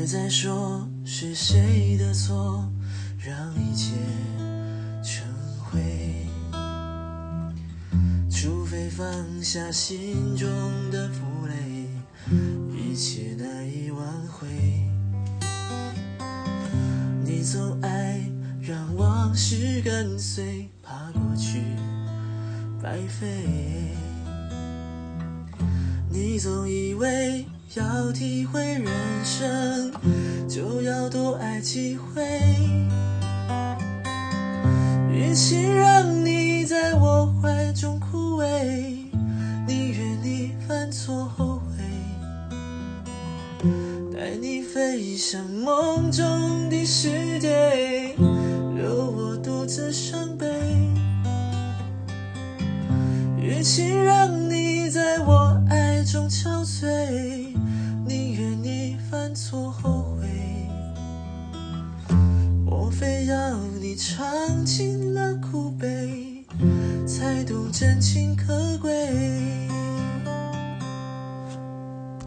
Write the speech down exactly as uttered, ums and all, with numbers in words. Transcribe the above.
别再说是谁的错，让一切成灰。除非放下心中的负累，一切难以挽回。你总爱让往事跟随，怕过去白费。你总以为要体会人生，就要多爱几回。与其让你在我怀中枯萎，宁愿你犯错后悔，带你飞向梦中的世界，留我独自伤悲。与其让你在我爱中憔悴，宁愿你犯错后悔。莫非要你尝尽了苦悲，才懂真情可贵？